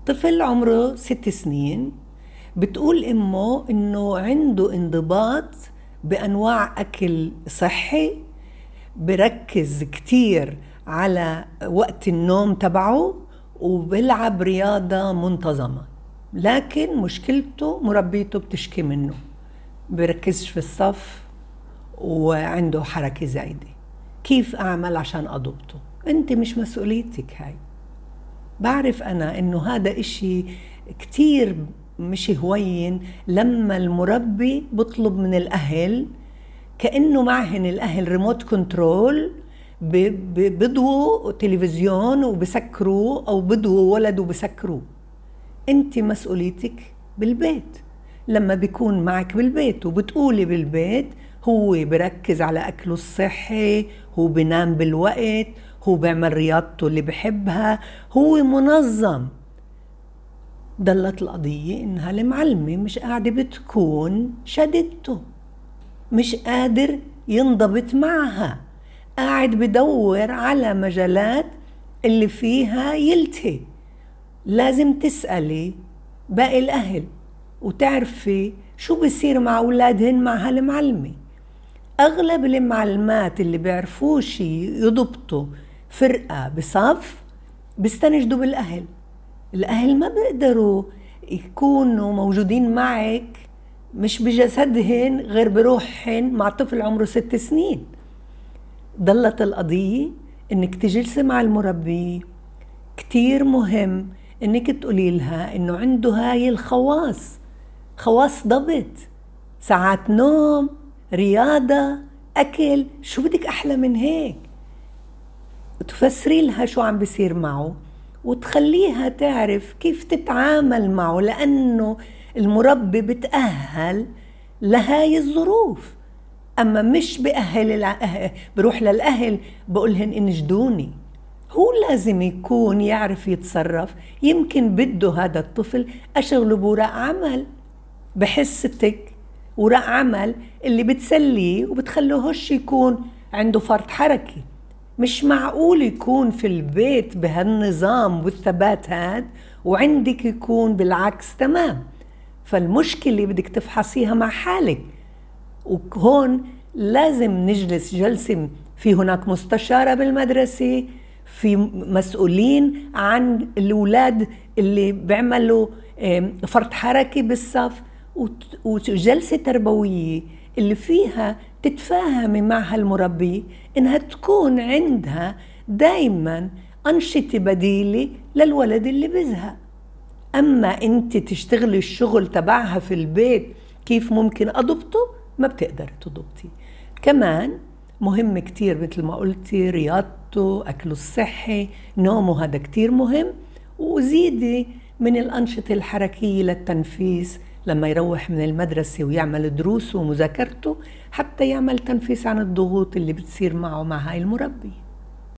طفل عمره 6 سنين، بتقول امه انه عنده انضباط بانواع اكل صحي، بركز كتير على وقت النوم تبعه، وبيلعب رياضة منتظمة. لكن مشكلته مربيته بتشكي منه، بركزش في الصف وعنده حركة زايدة. كيف أعمل عشان أضبطه؟ أنت مش مسؤوليتك هاي. بعرف أنا إنه هذا إشي كتير مش هوين لما المربي بطلب من الأهل، كأنه معهن الأهل ريموت كنترول، بضووا تلفزيون وبسكروه، أو بضووا ولد وبسكروه. أنت مسؤوليتك بالبيت. لما بيكون معك بالبيت وبتقولي بالبيت، هو بركز على أكله الصحي، هو بنام بالوقت، هو بيعمل رياضته اللي بحبها، هو منظم. ضلت القضية إنها المعلمة مش قاعدة بتكون شدته، مش قادر ينضبط معها، قاعد بدور على مجالات اللي فيها يلتهي. لازم تسألي باقي الأهل وتعرفي شو بيصير مع أولادهن مع هالمعلمة. أغلب المعلمات اللي بيعرفوش يضبطوا فرقة بصف بيستنجدوا بالأهل. الأهل ما بيقدروا يكونوا موجودين معك مش بجسدهن غير بروحهن مع طفل عمره 6 سنين. ضلت القضية انك تجلسي مع المربي. كتير مهم انك تقولي لها انه عنده هاي الخواص، خواص ضبط، ساعات نوم، رياضة، اكل، شو بدك احلى من هيك؟ تفسري لها شو عم بيصير معه وتخليها تعرف كيف تتعامل معه، لأنه المربي بتأهل لهاي الظروف. أما مش بروح للأهل بقولهن انجدوني. هو لازم يكون يعرف يتصرف. يمكن بده هذا الطفل أشغله بوراق عمل بحستك، وراق عمل اللي بتسليه وبتخليهوش يكون عنده فرط حركي. مش معقول يكون في البيت بهالنظام والثبات هاد وعندك يكون بالعكس تمام. فالمشكلة بدك تفحصيها مع حالك، وهون لازم نجلس جلسة. في هناك مستشارة بالمدرسة، في مسؤولين عن الأولاد اللي بيعملوا فرط حركي بالصف، وجلسة تربوية اللي فيها تتفاهمي مع هالمربي إنها تكون عندها دايما أنشطة بديلة للولد اللي بزهق. أما أنت تشتغلي الشغل تبعها في البيت كيف ممكن أضبطه؟ ما بتقدر تضبطي. كمان مهم كتير مثل ما قلتي رياضته، أكله الصحي، نومه، هذا كتير مهم. وزيدي من الأنشطة الحركية للتنفيس لما يروح من المدرسة ويعمل دروسه ومذاكرته، حتى يعمل تنفيس عن الضغوط اللي بتصير معه مع هاي المربي.